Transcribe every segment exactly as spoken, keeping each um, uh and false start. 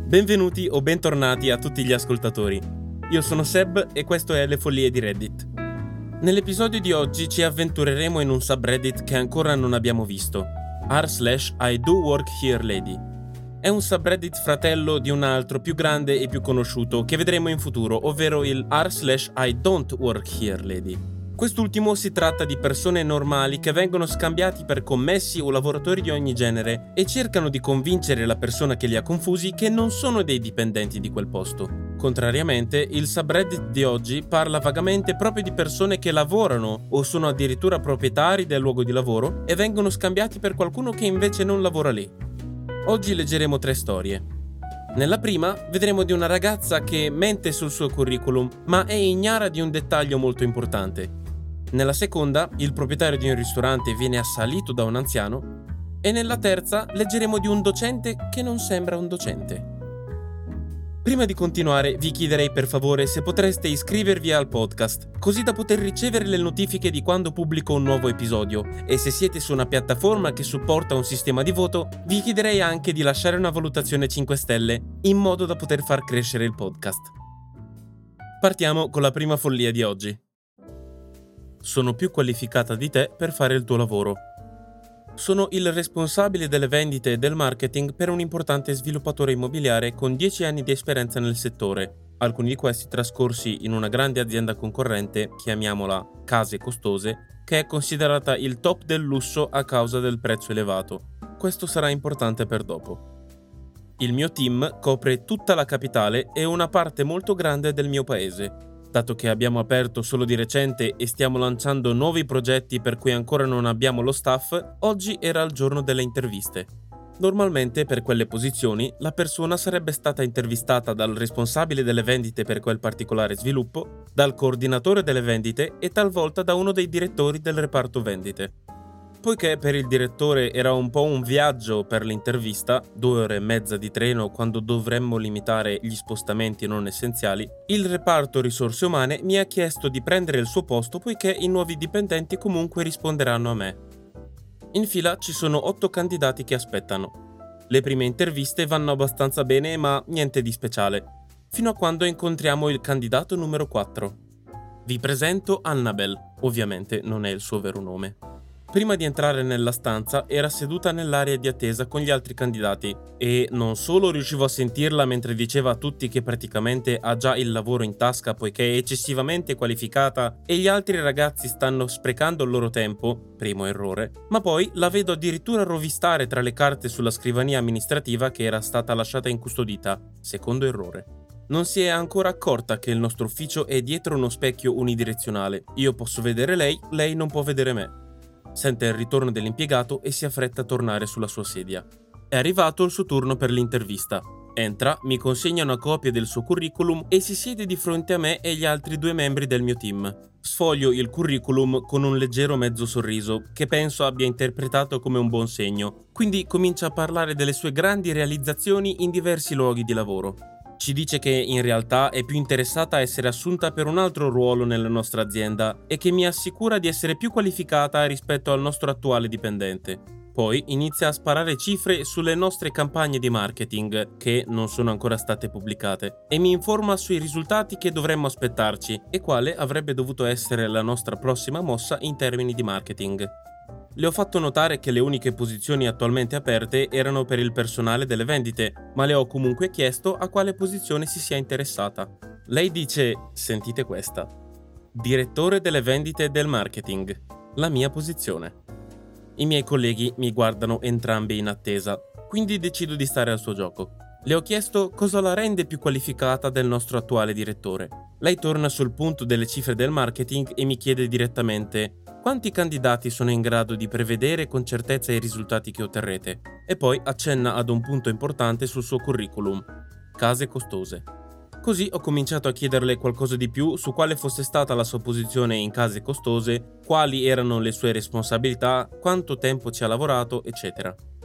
Benvenuti o bentornati a tutti gli ascoltatori. Io sono Seb e questo è Le Follie di Reddit. Nell'episodio di oggi ci avventureremo in un subreddit che ancora non abbiamo visto, r slash I do work here lady. È un subreddit fratello di un altro più grande e più conosciuto che vedremo in futuro, ovvero il r slash I don't work here lady. Quest'ultimo si tratta di persone normali che vengono scambiati per commessi o lavoratori di ogni genere e cercano di convincere la persona che li ha confusi che non sono dei dipendenti di quel posto. Contrariamente, il subreddit di oggi parla vagamente proprio di persone che lavorano o sono addirittura proprietari del luogo di lavoro e vengono scambiati per qualcuno che invece non lavora lì. Oggi leggeremo tre storie. Nella prima vedremo di una ragazza che mente sul suo curriculum ma è ignara di un dettaglio molto importante. Nella seconda, il proprietario di un ristorante viene assalito da un anziano e nella terza leggeremo di un docente che non sembra un docente. Prima di continuare vi chiederei per favore se potreste iscrivervi al podcast, così da poter ricevere le notifiche di quando pubblico un nuovo episodio, e se siete su una piattaforma che supporta un sistema di voto, vi chiederei anche di lasciare una valutazione cinque stelle, in modo da poter far crescere il podcast. Partiamo con la prima follia di oggi. Sono più qualificata di te per fare il tuo lavoro. Sono il responsabile delle vendite e del marketing per un importante sviluppatore immobiliare con dieci anni di esperienza nel settore, alcuni di questi trascorsi in una grande azienda concorrente, chiamiamola Case Costose, che è considerata il top del lusso a causa del prezzo elevato. Questo sarà importante per dopo. Il mio team copre tutta la capitale e una parte molto grande del mio paese. Dato che abbiamo aperto solo di recente e stiamo lanciando nuovi progetti per cui ancora non abbiamo lo staff, oggi era il giorno delle interviste. Normalmente per quelle posizioni la persona sarebbe stata intervistata dal responsabile delle vendite per quel particolare sviluppo, dal coordinatore delle vendite e talvolta da uno dei direttori del reparto vendite. Poiché per il direttore era un po' un viaggio per l'intervista, due ore e mezza di treno quando dovremmo limitare gli spostamenti non essenziali, il reparto risorse umane mi ha chiesto di prendere il suo posto poiché i nuovi dipendenti comunque risponderanno a me. In fila ci sono otto candidati che aspettano. Le prime interviste vanno abbastanza bene ma niente di speciale, fino a quando incontriamo il candidato numero quattro. Vi presento Annabel, ovviamente non è il suo vero nome. Prima di entrare nella stanza era seduta nell'area di attesa con gli altri candidati e non solo riuscivo a sentirla mentre diceva a tutti che praticamente ha già il lavoro in tasca poiché è eccessivamente qualificata e gli altri ragazzi stanno sprecando il loro tempo, primo errore, ma poi la vedo addirittura rovistare tra le carte sulla scrivania amministrativa che era stata lasciata incustodita, secondo errore. Non si è ancora accorta che il nostro ufficio è dietro uno specchio unidirezionale. Io posso vedere lei, lei non può vedere me. Sente il ritorno dell'impiegato e si affretta a tornare sulla sua sedia. È arrivato il suo turno per l'intervista. Entra, mi consegna una copia del suo curriculum e si siede di fronte a me e gli altri due membri del mio team. Sfoglio il curriculum con un leggero mezzo sorriso, che penso abbia interpretato come un buon segno, quindi comincia a parlare delle sue grandi realizzazioni in diversi luoghi di lavoro. Ci dice che in realtà è più interessata a essere assunta per un altro ruolo nella nostra azienda e che mi assicura di essere più qualificata rispetto al nostro attuale dipendente. Poi inizia a sparare cifre sulle nostre campagne di marketing, che non sono ancora state pubblicate, e mi informa sui risultati che dovremmo aspettarci e quale avrebbe dovuto essere la nostra prossima mossa in termini di marketing. Le ho fatto notare che le uniche posizioni attualmente aperte erano per il personale delle vendite, ma le ho comunque chiesto a quale posizione si sia interessata. Lei dice, sentite questa, direttore delle vendite e del marketing, la mia posizione. I miei colleghi mi guardano entrambi in attesa, quindi decido di stare al suo gioco. Le ho chiesto cosa la rende più qualificata del nostro attuale direttore. Lei torna sul punto delle cifre del marketing e mi chiede direttamente quanti candidati sono in grado di prevedere con certezza i risultati che otterrete, e poi accenna ad un punto importante sul suo curriculum, Case Costose. Così ho cominciato a chiederle qualcosa di più su quale fosse stata la sua posizione in Case Costose, quali erano le sue responsabilità, quanto tempo ci ha lavorato, eccetera.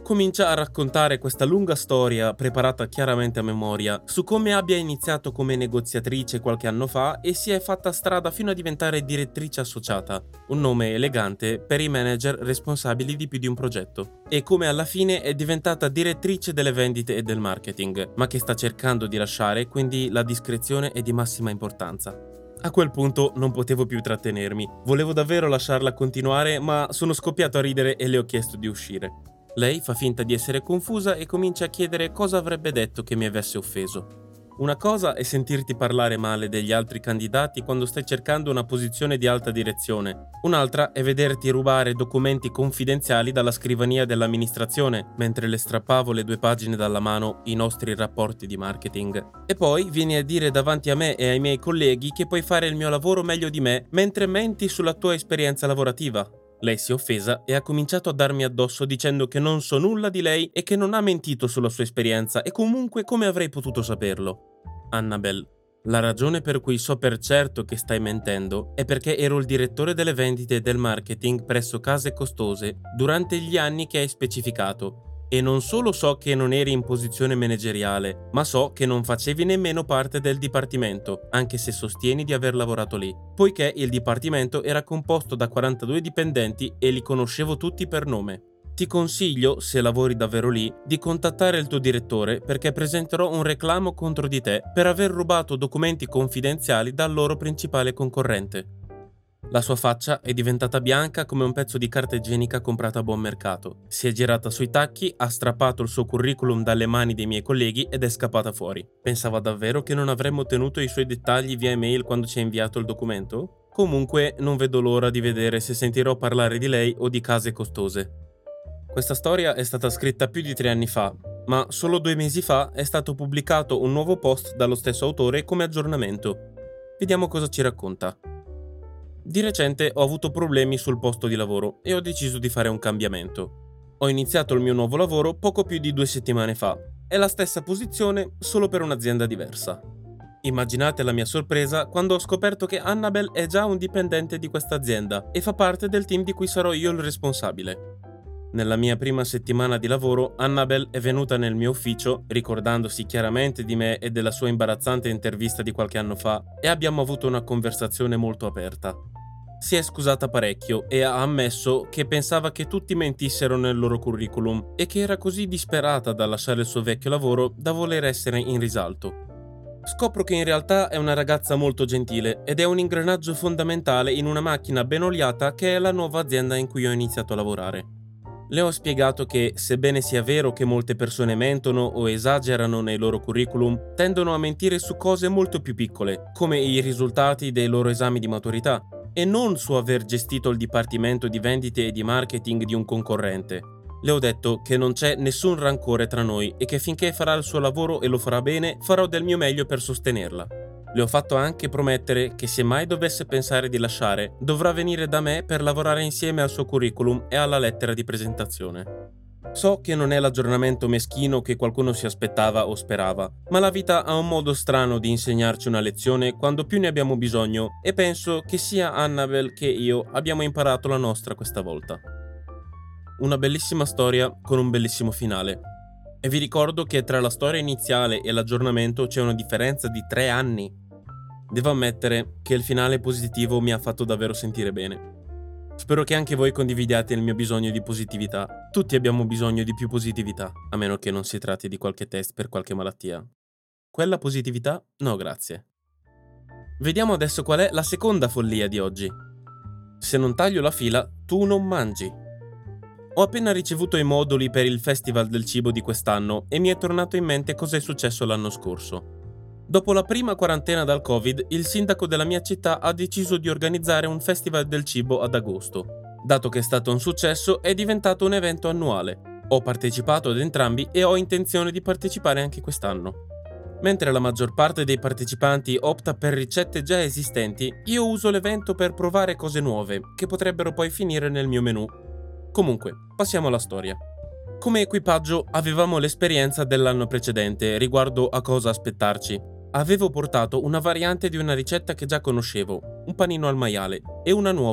Comincia a raccontare questa lunga storia, preparata chiaramente a memoria, su come abbia iniziato come negoziatrice qualche anno fa e si è fatta strada fino a diventare direttrice associata, un nome elegante per i manager responsabili di più di un progetto, e come alla fine è diventata direttrice delle vendite e del marketing, ma che sta cercando di lasciare, quindi la discrezione è di massima importanza. A quel punto non potevo più trattenermi, volevo davvero lasciarla continuare, ma sono scoppiato a ridere e le ho chiesto di uscire. Lei fa finta di essere confusa e comincia a chiedere cosa avrebbe detto che mi avesse offeso. Una cosa è sentirti parlare male degli altri candidati quando stai cercando una posizione di alta direzione, un'altra è vederti rubare documenti confidenziali dalla scrivania dell'amministrazione mentre le strappavo le due pagine dalla mano i nostri rapporti di marketing. E poi vieni a dire davanti a me e ai miei colleghi che puoi fare il mio lavoro meglio di me mentre menti sulla tua esperienza lavorativa. Lei si è offesa e ha cominciato a darmi addosso dicendo che non so nulla di lei e che non ha mentito sulla sua esperienza e comunque come avrei potuto saperlo. Annabelle, la ragione per cui so per certo che stai mentendo è perché ero il direttore delle vendite e del marketing presso Case Costose durante gli anni che hai specificato. E non solo so che non eri in posizione manageriale, ma so che non facevi nemmeno parte del dipartimento, anche se sostieni di aver lavorato lì, poiché il dipartimento era composto da quarantadue dipendenti e li conoscevo tutti per nome. Ti consiglio, se lavori davvero lì, di contattare il tuo direttore perché presenterò un reclamo contro di te per aver rubato documenti confidenziali dal loro principale concorrente. La sua faccia è diventata bianca come un pezzo di carta igienica comprata a buon mercato. Si è girata sui tacchi, ha strappato il suo curriculum dalle mani dei miei colleghi ed è scappata fuori. Pensava davvero che non avremmo ottenuto i suoi dettagli via email quando ci ha inviato il documento? Comunque non vedo l'ora di vedere se sentirò parlare di lei o di Case Costose. Questa storia è stata scritta più di tre anni fa, ma solo due mesi fa è stato pubblicato un nuovo post dallo stesso autore come aggiornamento. Vediamo cosa ci racconta. Di recente ho avuto problemi sul posto di lavoro e ho deciso di fare un cambiamento. Ho iniziato il mio nuovo lavoro poco più di due settimane fa. È la stessa posizione, solo per un'azienda diversa. Immaginate la mia sorpresa quando ho scoperto che Annabelle è già un dipendente di questa azienda e fa parte del team di cui sarò io il responsabile. Nella mia prima settimana di lavoro, Annabelle è venuta nel mio ufficio, ricordandosi chiaramente di me e della sua imbarazzante intervista di qualche anno fa, e abbiamo avuto una conversazione molto aperta. Si è scusata parecchio e ha ammesso che pensava che tutti mentissero nel loro curriculum e che era così disperata da lasciare il suo vecchio lavoro da voler essere in risalto. Scopro che in realtà è una ragazza molto gentile ed è un ingranaggio fondamentale in una macchina ben oliata che è la nuova azienda in cui ho iniziato a lavorare. Le ho spiegato che, sebbene sia vero che molte persone mentono o esagerano nei loro curriculum, tendono a mentire su cose molto più piccole, come i risultati dei loro esami di maturità, e non su aver gestito il dipartimento di vendite e di marketing di un concorrente. Le ho detto che non c'è nessun rancore tra noi e che finché farà il suo lavoro e lo farà bene, farò del mio meglio per sostenerla. Le ho fatto anche promettere che se mai dovesse pensare di lasciare, dovrà venire da me per lavorare insieme al suo curriculum e alla lettera di presentazione. So che non è l'aggiornamento meschino che qualcuno si aspettava o sperava, ma la vita ha un modo strano di insegnarci una lezione quando più ne abbiamo bisogno e penso che sia Annabelle che io abbiamo imparato la nostra questa volta. Una bellissima storia con un bellissimo finale. E vi ricordo che tra la storia iniziale e l'aggiornamento c'è una differenza di tre anni. Devo ammettere che il finale positivo mi ha fatto davvero sentire bene. Spero che anche voi condividiate il mio bisogno di positività. Tutti abbiamo bisogno di più positività, a meno che non si tratti di qualche test per qualche malattia. Quella positività? No, grazie. Vediamo adesso qual è la seconda follia di oggi. Se non taglio la fila, tu non mangi. Ho appena ricevuto i moduli per il Festival del Cibo di quest'anno e mi è tornato in mente cosa è successo l'anno scorso. Dopo la prima quarantena dal Covid, il sindaco della mia città ha deciso di organizzare un Festival del Cibo ad agosto. Dato che è stato un successo, è diventato un evento annuale. Ho partecipato ad entrambi e ho intenzione di partecipare anche quest'anno. Mentre la maggior parte dei partecipanti opta per ricette già esistenti, io uso l'evento per provare cose nuove, che potrebbero poi finire nel mio menù. Comunque, passiamo alla storia. Come equipaggio avevamo l'esperienza dell'anno precedente riguardo a cosa aspettarci. Avevo portato una variante di una ricetta che già conoscevo, un panino al maiale, e una nuova,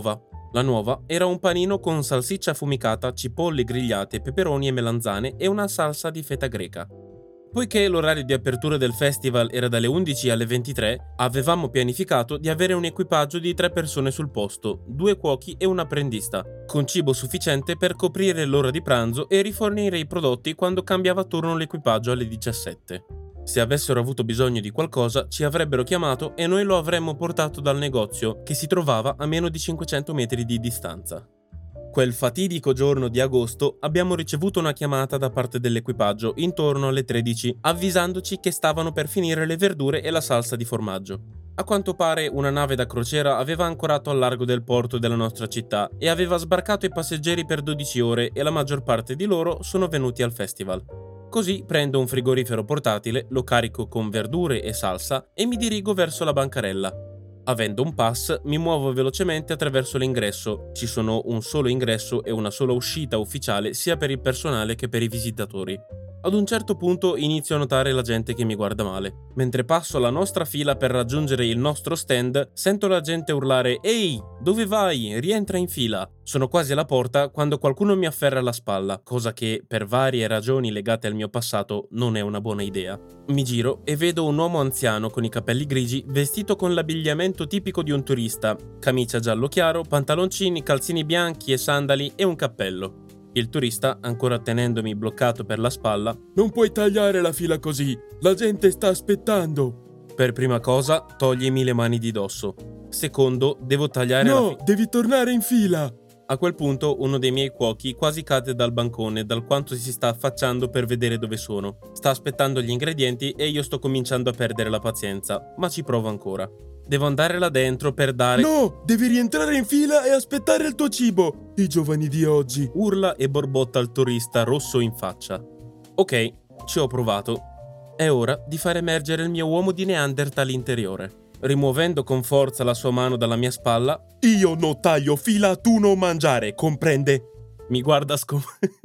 La nuova era un panino con salsiccia affumicata, cipolle grigliate, peperoni e melanzane e una salsa di feta greca. Poiché l'orario di apertura del festival era dalle undici alle ventitré, avevamo pianificato di avere un equipaggio di tre persone sul posto, due cuochi e un apprendista, con cibo sufficiente per coprire l'ora di pranzo e rifornire i prodotti quando cambiava turno l'equipaggio alle diciassette. Se avessero avuto bisogno di qualcosa, ci avrebbero chiamato e noi lo avremmo portato dal negozio, che si trovava a meno di cinquecento metri di distanza. Quel fatidico giorno di agosto abbiamo ricevuto una chiamata da parte dell'equipaggio intorno alle tredici, avvisandoci che stavano per finire le verdure e la salsa di formaggio. A quanto pare una nave da crociera aveva ancorato al largo del porto della nostra città e aveva sbarcato i passeggeri per dodici ore e la maggior parte di loro sono venuti al festival. Così prendo un frigorifero portatile, lo carico con verdure e salsa e mi dirigo verso la bancarella. Avendo un pass, mi muovo velocemente attraverso l'ingresso. Ci sono un solo ingresso e una sola uscita ufficiale sia per il personale che per i visitatori. Ad un certo punto inizio a notare la gente che mi guarda male. Mentre passo la nostra fila per raggiungere il nostro stand, sento la gente urlare «Ehi, dove vai? Rientra in fila!». Sono quasi alla porta quando qualcuno mi afferra la spalla, cosa che, per varie ragioni legate al mio passato, non è una buona idea. Mi giro e vedo un uomo anziano con i capelli grigi, vestito con l'abbigliamento tipico di un turista, camicia giallo chiaro, pantaloncini, calzini bianchi e sandali e un cappello. Il turista, ancora tenendomi bloccato per la spalla, «Non puoi tagliare la fila così, la gente sta aspettando!». Per prima cosa, toglimi le mani di dosso. Secondo, devo tagliare «No, la fila. devi tornare in fila!». A quel punto uno dei miei cuochi quasi cade dal bancone dal quanto si sta affacciando per vedere dove sono. Sta aspettando gli ingredienti e io sto cominciando a perdere la pazienza, ma ci provo ancora. Devo andare là dentro per dare... «No, devi rientrare in fila e aspettare il tuo cibo! I giovani di oggi!». Urla e borbotta il turista rosso in faccia. Ok, ci ho provato. È ora di far emergere il mio uomo di Neanderthal interiore. Rimuovendo con forza la sua mano dalla mia spalla, «Io non taglio fila, tu non mangiare, comprende?» Mi guarda scom...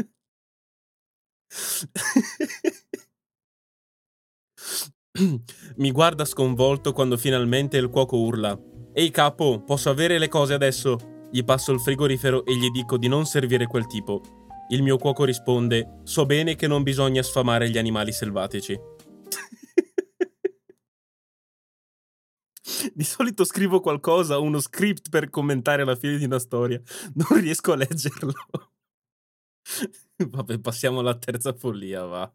Mi guarda sconvolto quando finalmente il cuoco urla «Ehi capo, posso avere le cose adesso?» Gli passo il frigorifero e gli dico di non servire quel tipo. Il mio cuoco risponde «So bene che non bisogna sfamare gli animali selvatici». Di solito scrivo qualcosa, uno script per commentare la fine di una storia. Non riesco a leggerlo. Vabbè, passiamo alla terza follia, va.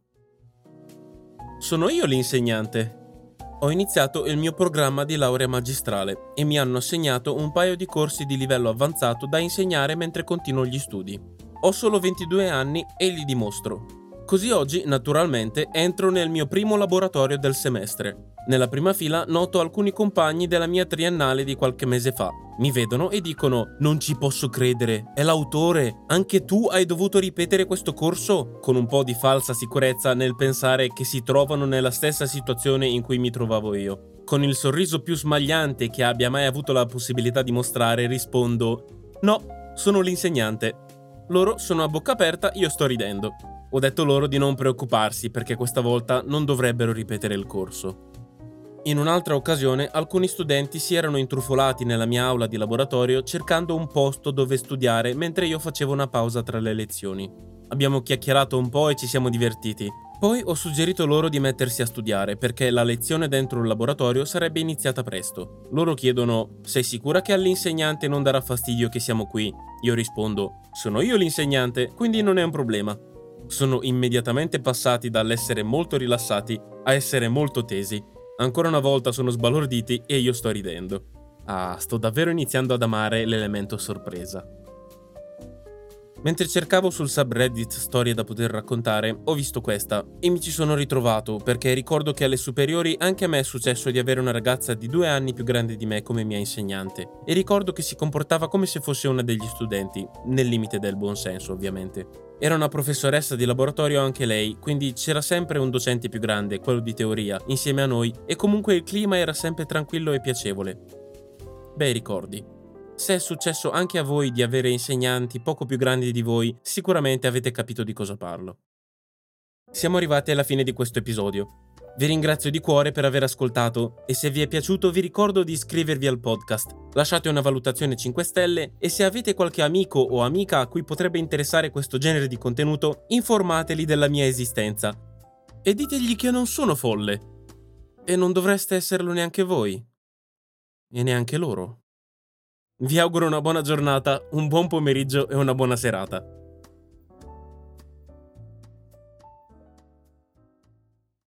Sono io l'insegnante. Ho iniziato il mio programma di laurea magistrale e mi hanno assegnato un paio di corsi di livello avanzato da insegnare mentre continuo gli studi. Ho solo ventidue anni e li dimostro. Così oggi, naturalmente, entro nel mio primo laboratorio del semestre. Nella prima fila noto alcuni compagni della mia triennale di qualche mese fa. Mi vedono e dicono «Non ci posso credere, è l'autore! Anche tu hai dovuto ripetere questo corso?» Con un po' di falsa sicurezza nel pensare che si trovano nella stessa situazione in cui mi trovavo io. Con il sorriso più smagliante che abbia mai avuto la possibilità di mostrare rispondo «No, sono l'insegnante». Loro sono a bocca aperta, io sto ridendo. Ho detto loro di non preoccuparsi perché questa volta non dovrebbero ripetere il corso. In un'altra occasione, alcuni studenti si erano intrufolati nella mia aula di laboratorio cercando un posto dove studiare mentre io facevo una pausa tra le lezioni. Abbiamo chiacchierato un po' e ci siamo divertiti. Poi ho suggerito loro di mettersi a studiare perché la lezione dentro il laboratorio sarebbe iniziata presto. Loro chiedono: «Sei sicura che all'insegnante non darà fastidio che siamo qui?» Io rispondo: «Sono io l'insegnante, quindi non è un problema». Sono immediatamente passati dall'essere molto rilassati a essere molto tesi. Ancora una volta sono sbalorditi e io sto ridendo. Ah, sto davvero iniziando ad amare l'elemento sorpresa. Mentre cercavo sul subreddit storie da poter raccontare, ho visto questa e mi ci sono ritrovato perché ricordo che alle superiori anche a me è successo di avere una ragazza di due anni più grande di me come mia insegnante e ricordo che si comportava come se fosse una degli studenti, nel limite del buon senso ovviamente. Era una professoressa di laboratorio anche lei, quindi c'era sempre un docente più grande, quello di teoria, insieme a noi e comunque il clima era sempre tranquillo e piacevole. Bei ricordi. Se è successo anche a voi di avere insegnanti poco più grandi di voi, sicuramente avete capito di cosa parlo. Siamo arrivati alla fine di questo episodio. Vi ringrazio di cuore per aver ascoltato e se vi è piaciuto vi ricordo di iscrivervi al podcast, lasciate una valutazione cinque stelle e se avete qualche amico o amica a cui potrebbe interessare questo genere di contenuto, informateli della mia esistenza e ditegli che non sono folle e non dovreste esserlo neanche voi e neanche loro. Vi auguro una buona giornata, un buon pomeriggio e una buona serata.